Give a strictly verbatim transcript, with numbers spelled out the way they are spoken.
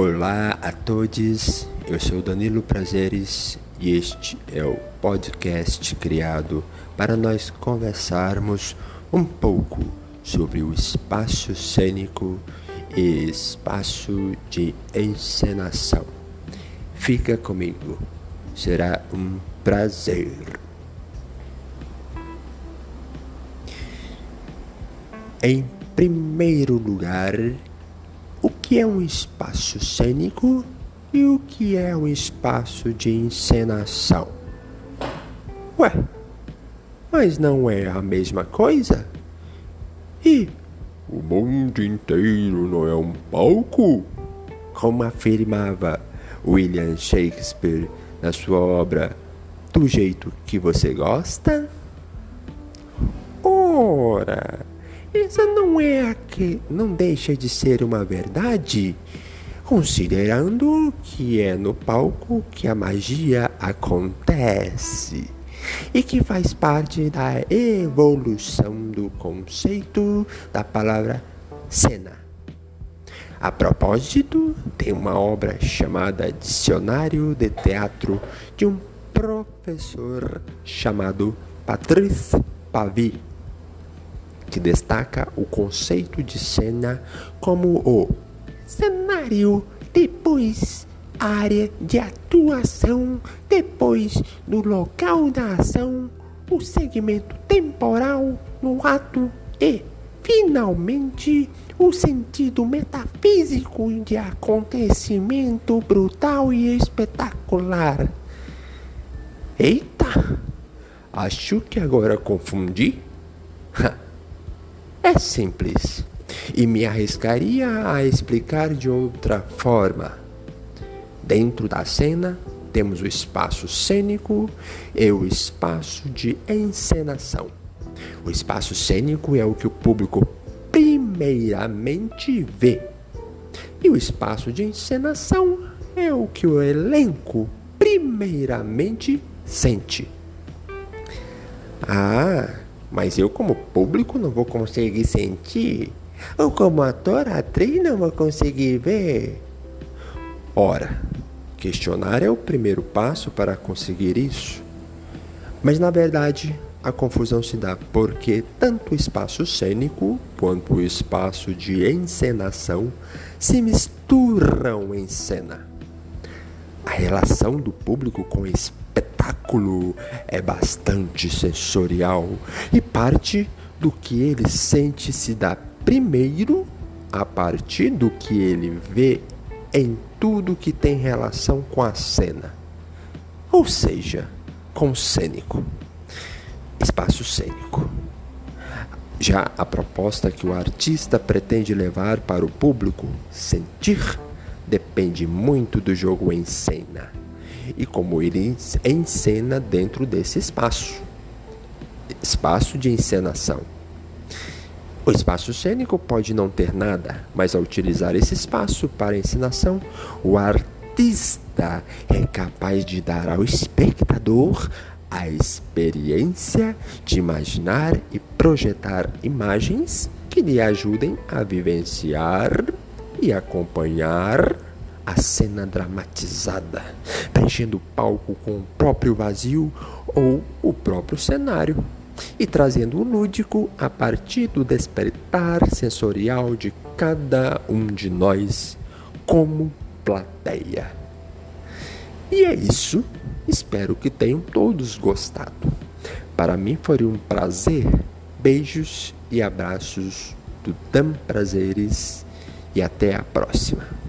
Olá a todos, eu sou Danilo Prazeres e este é o podcast criado para nós conversarmos um pouco sobre o espaço cênico e espaço de encenação. Fica comigo, será um prazer. Em primeiro lugar, o que é um espaço cênico e o que é um espaço de encenação? Ué, mas não é a mesma coisa? E o mundo inteiro não é um palco? Como afirmava William Shakespeare na sua obra Do Jeito que Você Gosta? Ora, essa não é a que não deixa de ser uma verdade, considerando que é no palco que a magia acontece e que faz parte da evolução do conceito da palavra cena. A propósito, tem uma obra chamada Dicionário de Teatro de um professor chamado Patrice Pavis, que destaca o conceito de cena como o cenário, depois a área de atuação, depois do local da ação, o segmento temporal no ato e, finalmente, o sentido metafísico de acontecimento brutal e espetacular. Eita! Acho que agora confundi? É simples, e me arriscaria a explicar de outra forma. Dentro da cena, temos o espaço cênico e o espaço de encenação. O espaço cênico é o que o público primeiramente vê, e o espaço de encenação é o que o elenco primeiramente sente. Ah, mas eu como público não vou conseguir sentir? Ou como ator, atriz não vou conseguir ver? Ora, questionar é o primeiro passo para conseguir isso. Mas na verdade, a confusão se dá porque tanto o espaço cênico quanto o espaço de encenação se misturam em cena. A relação do público com o espetáculo é bastante sensorial e parte do que ele sente se dá primeiro a partir do que ele vê em tudo que tem relação com a cena, ou seja, com o cênico, espaço cênico. Já a proposta que o artista pretende levar para o público sentir depende muito do jogo em cena e como ele encena dentro desse espaço, espaço de encenação. O espaço cênico pode não ter nada, mas ao utilizar esse espaço para encenação, o artista é capaz de dar ao espectador a experiência de imaginar e projetar imagens que lhe ajudem a vivenciar e acompanhar a cena dramatizada, preenchendo o palco com o próprio vazio ou o próprio cenário e trazendo o lúdico a partir do despertar sensorial de cada um de nós como plateia. E é isso, espero que tenham todos gostado. Para mim foi um prazer, beijos e abraços do Dan Prazeres e até a próxima.